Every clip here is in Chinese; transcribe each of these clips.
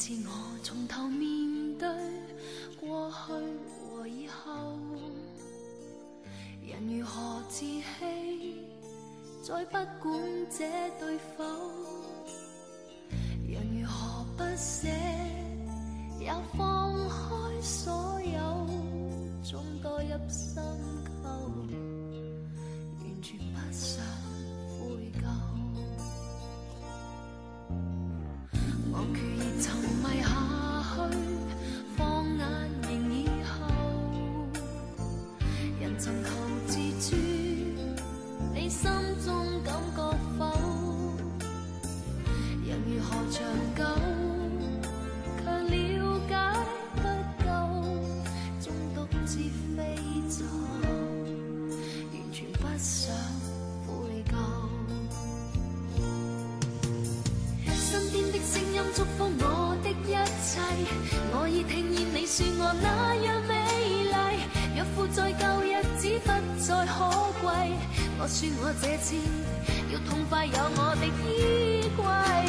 次我從頭面對過去和以後，人如何自欺，再不管這對否，人如何不捨，也放開所有，終墮入深溝，完全不想悔疚。我決意沉迷下去，放眼仍以後，人尋求自主，你心中感覺否？人如何長久，卻了解不夠，終獨自飛走，完全不想悔疚。身邊的聲音祝福我的一切，我已聽見你說我那樣美麗，若負在舊日子不再可貴，我說我這次要痛快有我的衣櫃。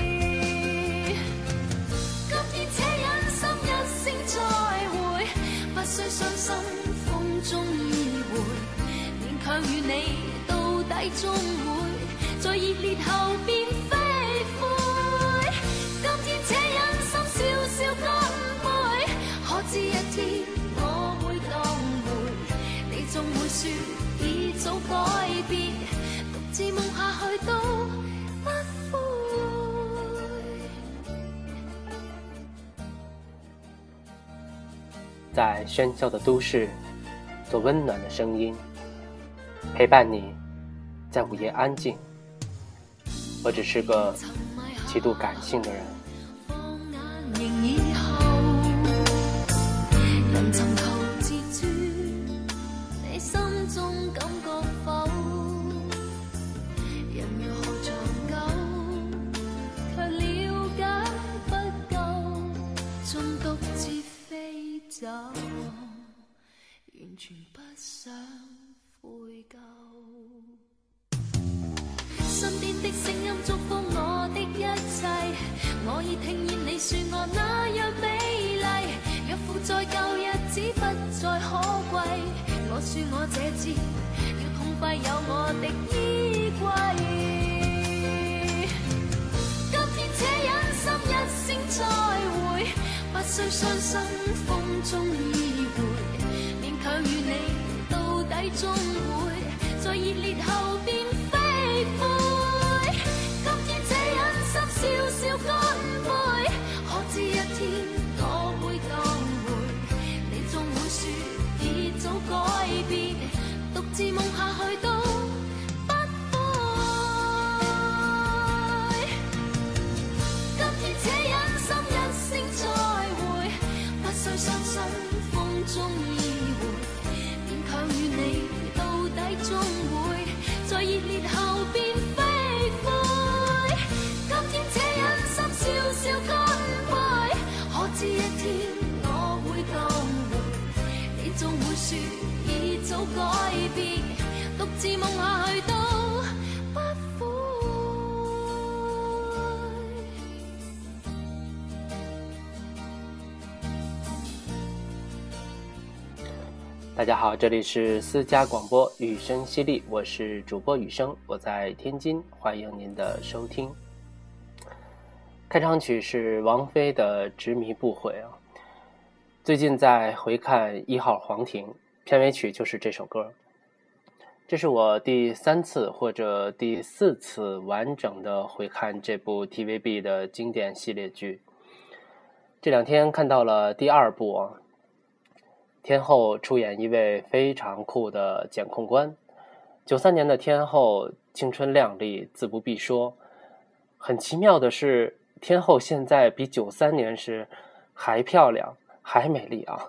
今天且忍心一聲再會，不需傷心風中依偎，勉強與你到底終會在熱烈後變飛灰。今天且忍心笑笑乾杯，可知一天我會當回，你總會說已早改變，獨自夢下去都不悔。 在喧嚣的都市，做温暖的声音，陪伴你在午夜安静。我只是个极度感性的人。 人尋求自主，你心中感覺否？人如何長久，卻了解不夠，縱獨自飛走，完全不想悔疚。身邊的聲音祝福我的一切，我已聽見你說我那樣美麗，若負在舊日子不再可貴，我說我這次要痛快有我的衣櫃。今天且忍心一聲再會，不需傷心風中依偎，勉強與你到底終會在熱烈後變飛灰。今天這忍心笑笑乾杯，可知一天我會當回，你總會說已早改變，獨自夢下去都不悔。今天且忍心一聲再會，不需傷心風中依偎，勉強與你到底終會在熱烈後變飛灰。今天且忍心笑笑乾杯，可知一天我會當回，你總會說已早改變，獨自夢下去都不悔。 大家好，这里是私家广播雨声犀利，我是主播雨声，我在天津，欢迎您的收听。开场曲是王菲的《执迷不悔》啊。最近在回看《1号皇庭》，片尾曲就是这首歌。这是我第3次或者第4次完整的回看这部 TVB 的经典系列剧。这2天看到了第2部啊。天后出演一位非常酷的检控官，93年的天后青春靓丽，自不必说。很奇妙的是，天后现在比93年时还漂亮，还美丽啊！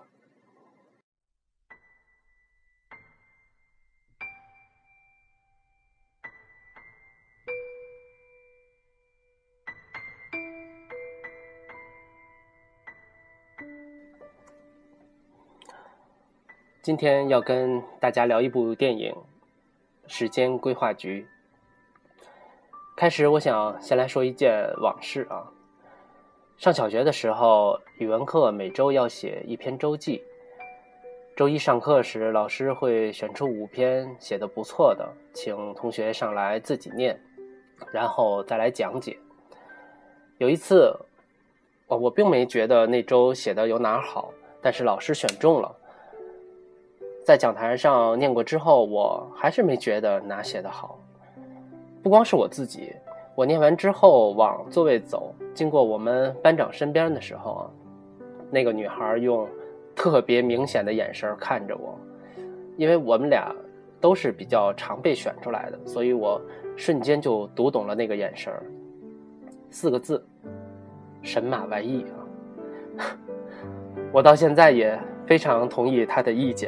今天要跟大家聊一部电影《时间规划局》。开始我想先来说一件往事啊。 上小学的时候，语文课每周要写一篇周记。周一上课时，老师会选出5篇写得不错的，请同学上来自己念，然后再来讲解。有一次，我并没觉得那周写的有哪好，但是老师选中了。在讲台上念过之后，我还是没觉得哪写得好。不光是我自己，我念完之后往座位走，经过我们班长身边的时候，那个女孩用特别明显的眼神看着我，因为我们俩都是比较常被选出来的，所以我瞬间就读懂了那个眼神，4个字：神马外溢啊！我到现在也非常同意他的意见。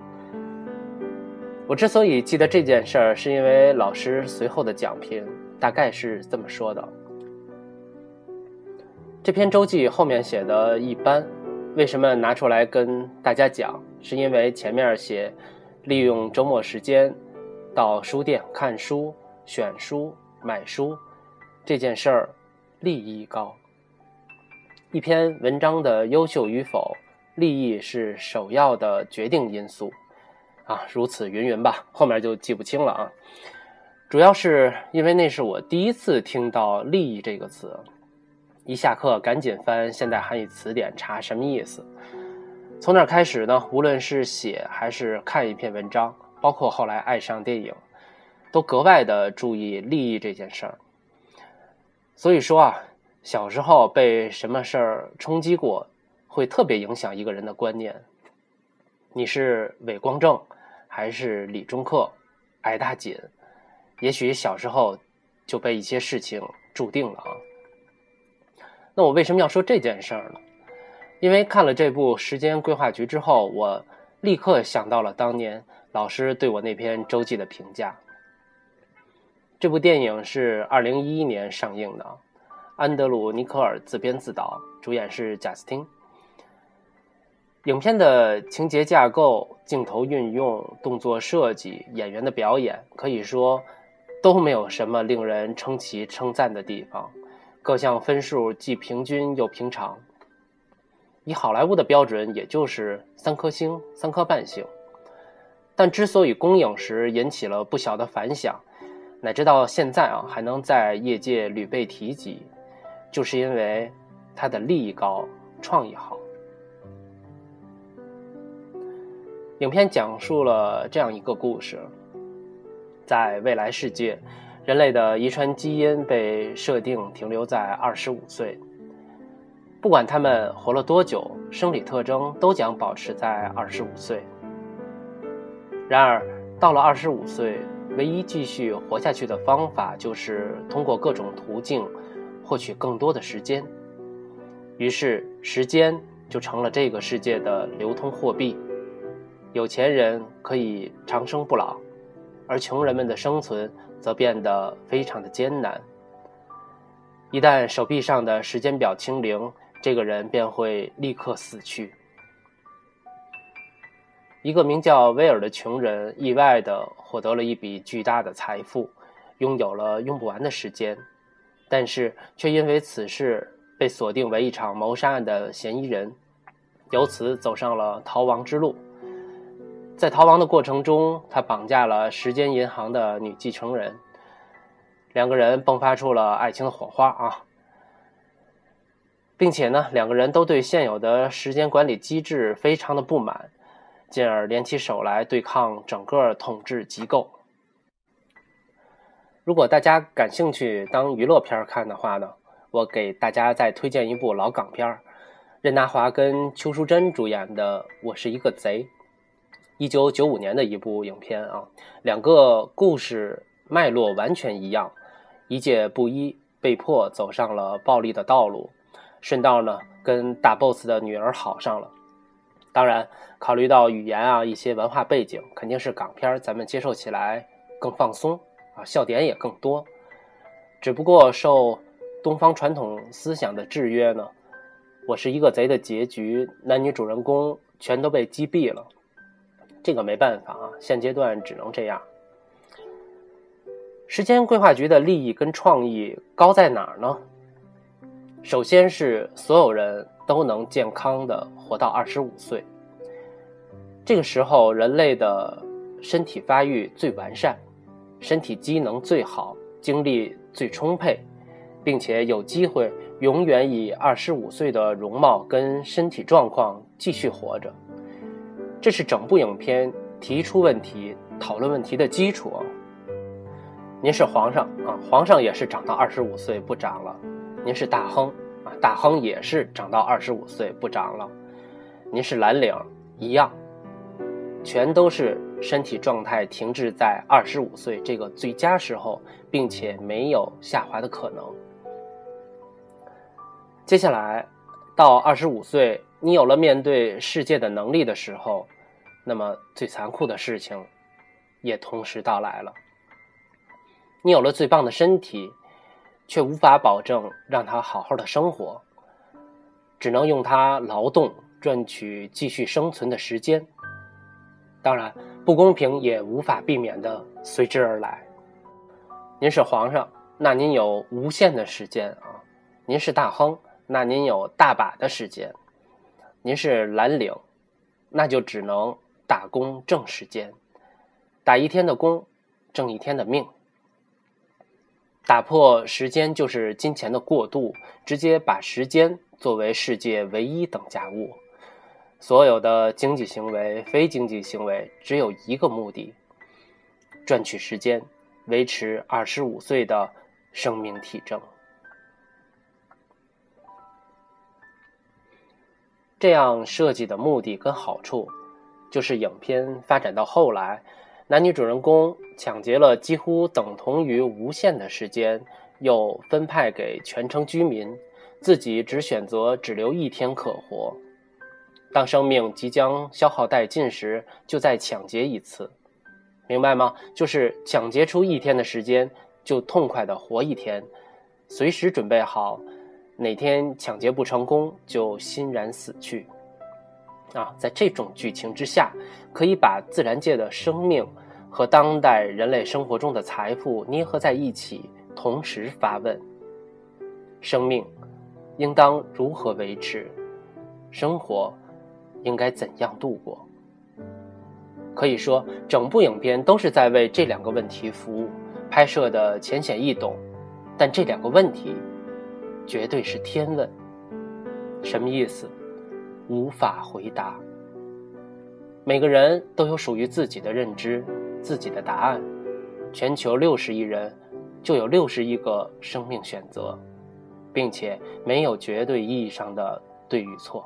我之所以记得这件事儿，是因为老师随后的讲评大概是这么说的：这篇周记后面写的一般，为什么拿出来跟大家讲？是因为前面写利用周末时间到书店看书、选书、买书这件事儿利益高。一篇文章的优秀与否，利益是首要的决定因素啊，如此云云吧，后面就记不清了啊。主要是因为那是我第一次听到利益这个词，一下课赶紧翻现代汉语词典查什么意思。从那开始呢，无论是写还是看一篇文章，包括后来爱上电影，都格外的注意利益这件事儿。所以说啊，小时候被什么事儿冲击过，会特别影响一个人的观念。你是伪光正还是理中客、挨大紧，也许小时候就被一些事情注定了啊。那我为什么要说这件事儿呢？因为看了这部《时间规划局》之后，我立刻想到了当年老师对我那篇周记的评价。这部电影是2011年上映的，安德鲁·尼科尔自编自导，主演是贾斯汀。影片的情节架构、镜头运用、动作设计、演员的表演，可以说都没有什么令人称奇称赞的地方，各项分数既平均又平常。以好莱坞的标准，也就是3颗星、3颗半星。但之所以公映时引起了不小的反响，乃至到现在还能在业界屡被提及，就是因为它的利益高、创意好。影片讲述了这样一个故事：在未来世界，人类的遗传基因被设定停留在25岁，不管他们活了多久，生理特征都将保持在25岁。然而，到了25岁，唯一继续活下去的方法就是通过各种途径获取更多的时间。于是，时间就成了这个世界的流通货币。有钱人可以长生不老，而穷人们的生存则变得非常的艰难。一旦手臂上的时间表清零，这个人便会立刻死去。一个名叫威尔的穷人意外地获得了一笔巨大的财富，拥有了用不完的时间，但是却因为此事被锁定为一场谋杀案的嫌疑人，由此走上了逃亡之路。在逃亡的过程中，他绑架了时间银行的女继承人，2个人迸发出了爱情的火花啊！并且呢，2个人都对现有的时间管理机制非常的不满，进而联起手来对抗整个统治机构。如果大家感兴趣当娱乐片看的话呢，我给大家再推荐一部老港片，任达华跟邱淑贞主演的《我是一个贼》，1995年的一部影片啊。2个故事脉络完全一样，一介布衣被迫走上了暴力的道路，顺道呢跟大 boss 的女儿好上了。当然考虑到语言一些文化背景，肯定是港片咱们接受起来更放松笑点也更多。只不过受东方传统思想的制约呢，我是一个贼的结局，男女主人公全都被击毙了。这个没办法现阶段只能这样。时间规划局的利益跟创意高在哪儿呢？ 首先是所有人都能健康的活到25岁。这个时候人类的身体发育最完善，身体机能最好，精力最充沛，并且有机会永远以25岁的容貌跟身体状况继续活着。这是整部影片提出问题、讨论问题的基础。您是皇上啊，皇上也是长到25岁不长了。您是大亨啊，大亨也是长到25岁不长了。您是蓝领一样，全都是身体状态停滞在25岁这个最佳时候，并且没有下滑的可能。接下来到25岁，你有了面对世界的能力的时候，那么最残酷的事情也同时到来了。你有了最棒的身体，却无法保证让它好好的生活，只能用它劳动赚取继续生存的时间。当然，不公平也无法避免的随之而来。您是皇上，那您有无限的时间啊；您是大亨，那您有大把的时间；您是蓝领，那就只能打工挣时间，打一天的工，挣一天的命。打破时间就是金钱的过渡，直接把时间作为世界唯一等价物。所有的经济行为、非经济行为只有一个目的：赚取时间，维持25岁的生命体征。这样设计的目的跟好处，就是影片发展到后来，男女主人公抢劫了几乎等同于无限的时间，又分派给全城居民，自己只选择只留一天可活。当生命即将消耗殆尽时，就再抢劫一次。明白吗？就是抢劫出一天的时间，就痛快地活一天，随时准备好哪天抢劫不成功就欣然死去。在这种剧情之下，可以把自然界的生命和当代人类生活中的财富捏合在一起，同时发问：生命应当如何维持？生活应该怎样度过？可以说，整部影片都是在为这两个问题服务，拍摄的浅显易懂，但这两个问题绝对是天问。什么意思？无法回答。每个人都有属于自己的认知，自己的答案。全球60亿人，就有60亿个生命选择，并且没有绝对意义上的对与错。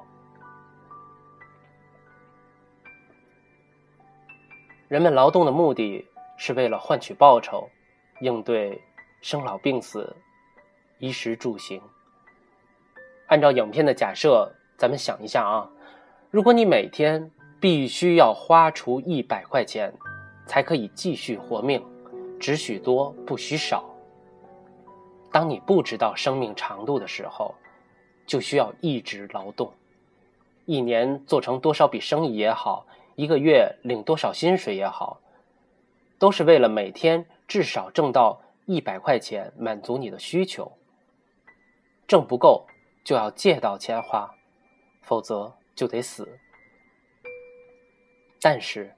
人们劳动的目的是为了换取报酬，应对生老病死、衣食住行。按照影片的假设，咱们想一下啊，如果你每天必须要花出100块钱才可以继续活命，只许多不许少。当你不知道生命长度的时候，就需要一直劳动，一年做成多少笔生意也好，一个月领多少薪水也好，都是为了每天至少挣到100块钱满足你的需求。挣不够就要借到钱花，否则就得死。但是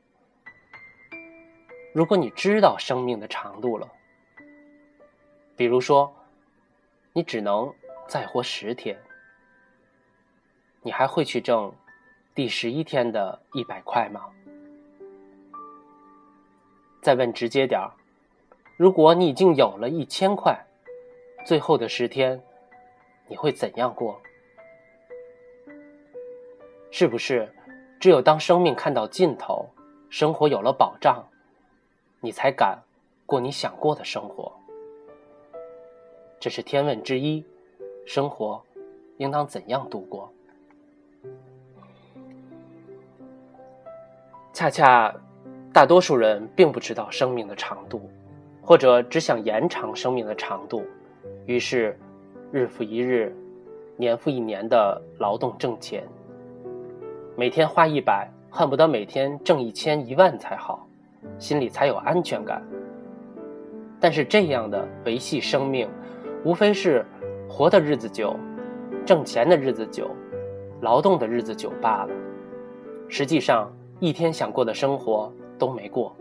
如果你知道生命的长度了，比如说你只能再活10天，你还会去挣第11天的100块吗？再问直接点，如果你已经有了1000块，最后的10天你会怎样过？是不是只有当生命看到尽头，生活有了保障，你才敢过你想过的生活？这是天问之一，生活应当怎样度过？恰恰大多数人并不知道生命的长度，或者只想延长生命的长度，于是日复一日，年复一年的劳动挣钱，每天花100，恨不得每天挣1000、10000才好，心里才有安全感。但是这样的维系生命，无非是活的日子久， 挣钱的日子久，劳动的日子久罢了，实际上一天想过的生活都没过。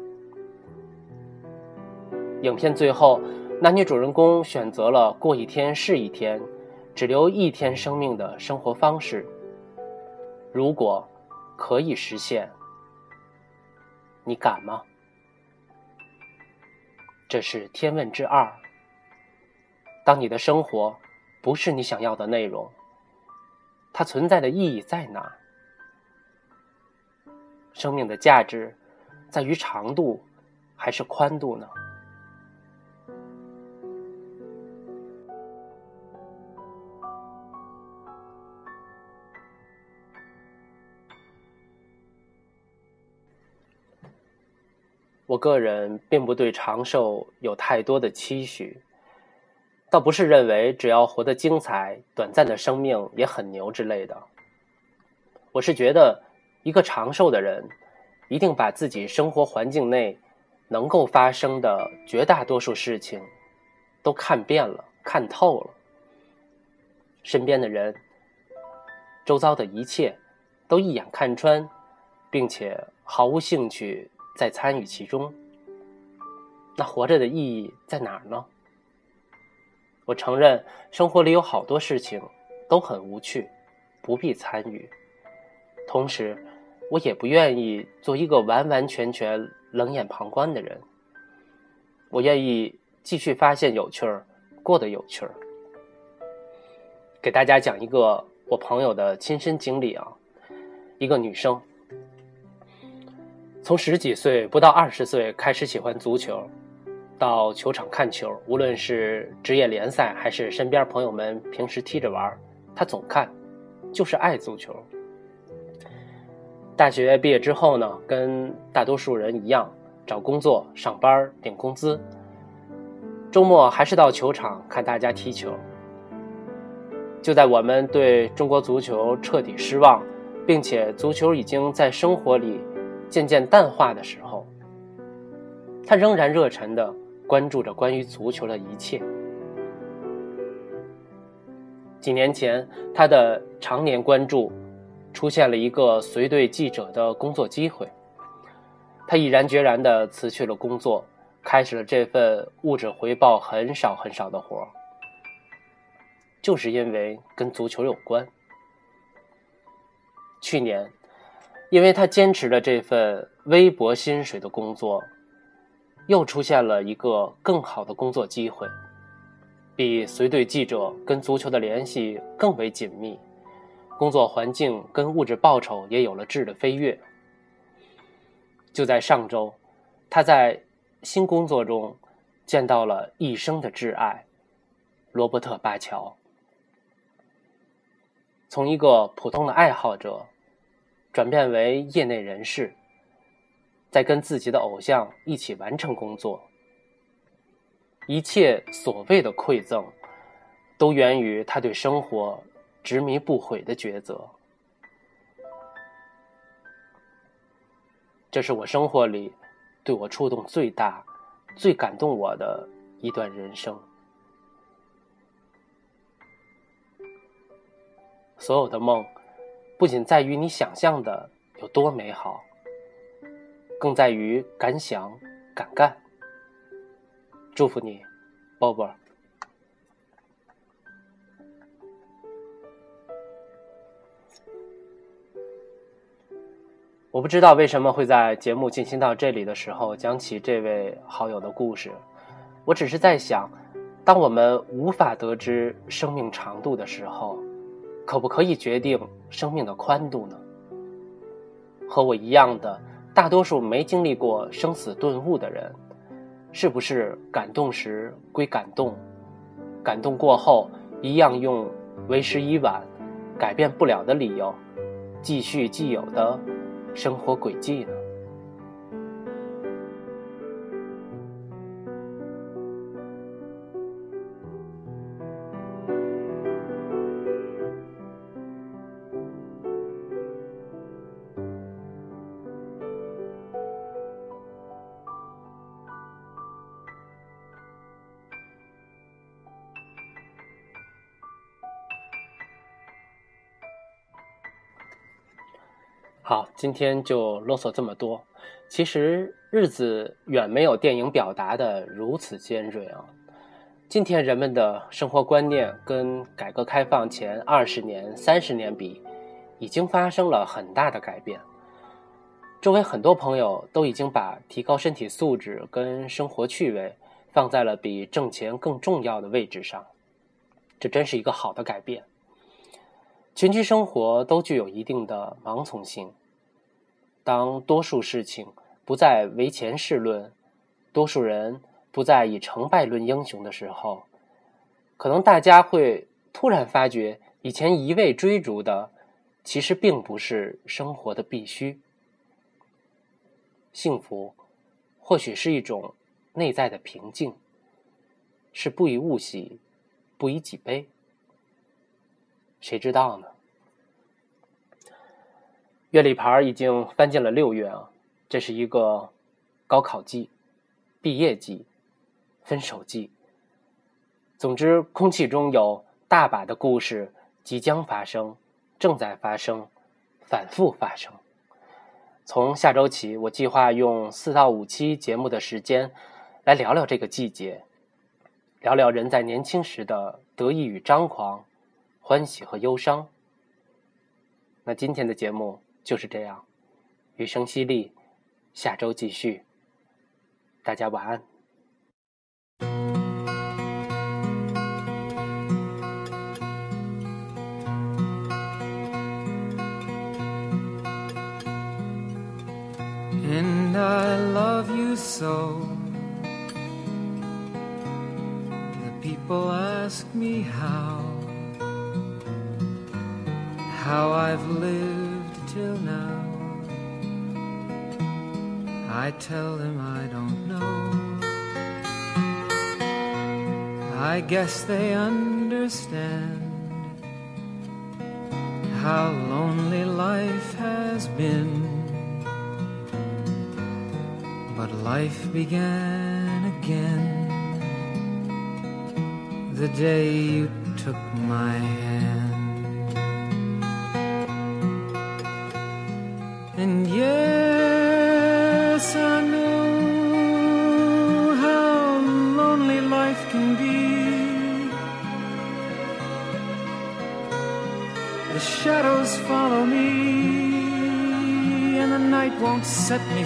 影片最后，男女主人公选择了过一天是一天，只留一天生命的生活方式。如果可以实现，你敢吗？这是天问之二。当你的生活不是你想要的内容，它存在的意义在哪？生命的价值在于长度还是宽度呢？我个人并不对长寿有太多的期许，倒不是认为只要活得精彩，短暂的生命也很牛之类的。我是觉得一个长寿的人一定把自己生活环境内能够发生的绝大多数事情都看遍了，看透了。身边的人，周遭的一切都一眼看穿，并且毫无兴趣再参与其中。那活着的意义在哪儿呢？我承认生活里有好多事情都很无趣，不必参与。同时我也不愿意做一个完完全全冷眼旁观的人。我愿意继续发现有趣儿，过得有趣儿。给大家讲一个我朋友的亲身经历啊，一个女生从10几岁不到20岁开始喜欢足球，到球场看球，无论是职业联赛还是身边朋友们平时踢着玩，她总看，就是爱足球。大学毕业之后呢，跟大多数人一样，找工作上班领工资，周末还是到球场看大家踢球。就在我们对中国足球彻底失望，并且足球已经在生活里渐渐淡化的时候，他仍然热忱地关注着关于足球的一切。几年前，他的常年关注出现了一个随队记者的工作机会，他毅然决然地辞去了工作，开始了这份物质回报很少很少的活，就是因为跟足球有关。去年，因为他坚持了这份微薄薪水的工作，又出现了一个更好的工作机会，比随队记者跟足球的联系更为紧密，工作环境跟物质报酬也有了质的飞跃。就在上周，他在新工作中见到了一生的挚爱罗伯特·巴乔。从一个普通的爱好者转变为业内人士，在跟自己的偶像一起完成工作。一切所谓的馈赠都源于他对生活执迷不悔的抉择。这是我生活里对我触动最大、最感动我的一段人生。所有的梦不仅在于你想象的有多美好，更在于敢想敢干。祝福你，鲍勃。我不知道为什么会在节目进行到这里的时候讲起这位好友的故事，我只是在想，当我们无法得知生命长度的时候，可不可以决定生命的宽度呢？和我一样的大多数没经历过生死顿悟的人，是不是感动时归感动，感动过后一样用为时已晚、改变不了的理由继续既有的生活轨迹呢？ 好，今天就啰嗦这么多。其实日子远没有电影表达的如此尖锐啊。今天人们的生活观念跟改革开放前20年、30年比，已经发生了很大的改变。周围很多朋友都已经把提高身体素质跟生活趣味放在了比挣钱更重要的位置上，这真是一个好的改变。群居生活都具有一定的盲从性，当多数事情不再唯钱是论，多数人不再以成败论英雄的时候，可能大家会突然发觉，以前一味追逐的其实并不是生活的必须。幸福或许是一种内在的平静，是不以物喜，不以己悲。谁知道呢？月历牌已经翻进了6月啊，这是一个高考季、毕业季、分手季。总之，空气中有大把的故事即将发生，正在发生，反复发生。从下周起，我计划用4到5期节目的时间来聊聊这个季节，聊聊人在年轻时的得意与张狂，欢喜和忧伤。那今天的节目就是这样，余生犀利，下周继续，大家晚安。 And I love you so. The people ask me how I've lived till now. I tell them I don't know. I guess they understand how lonely life has been.But life began again the day you took my hand. And yes, I know how lonely life can be. The shadows follow me, and the night won't set me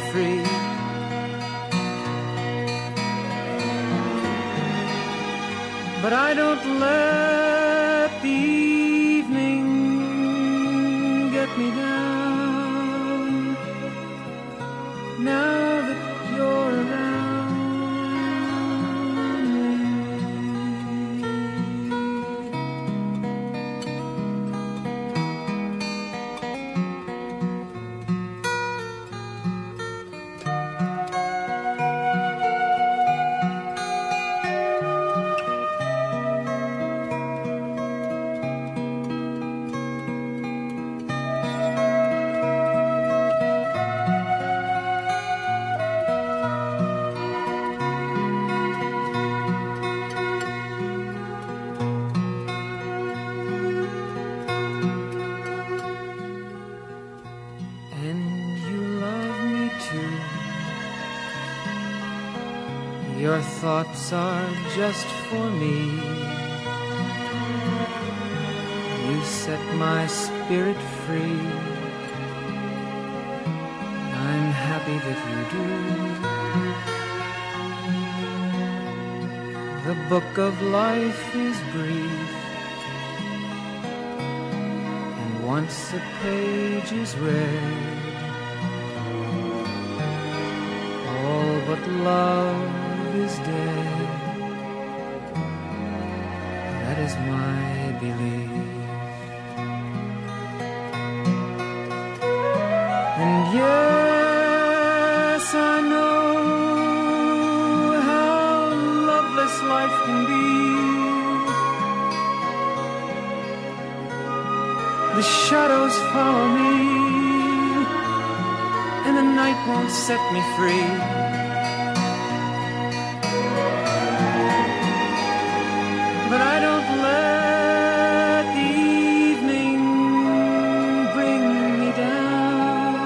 free.But I don't let the evening get me down. Now that you're around me. Your thoughts are just for me. You set my spirit free. I'm happy that you do. The book of life is brief, and once a page is read, all but love is dead. That is my belief. And yes, I know how loveless life can be. The shadows follow me, and the night won't set me free.But I don't let the evening bring me down.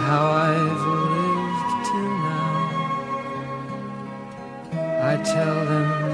how I've lived till now. I tell them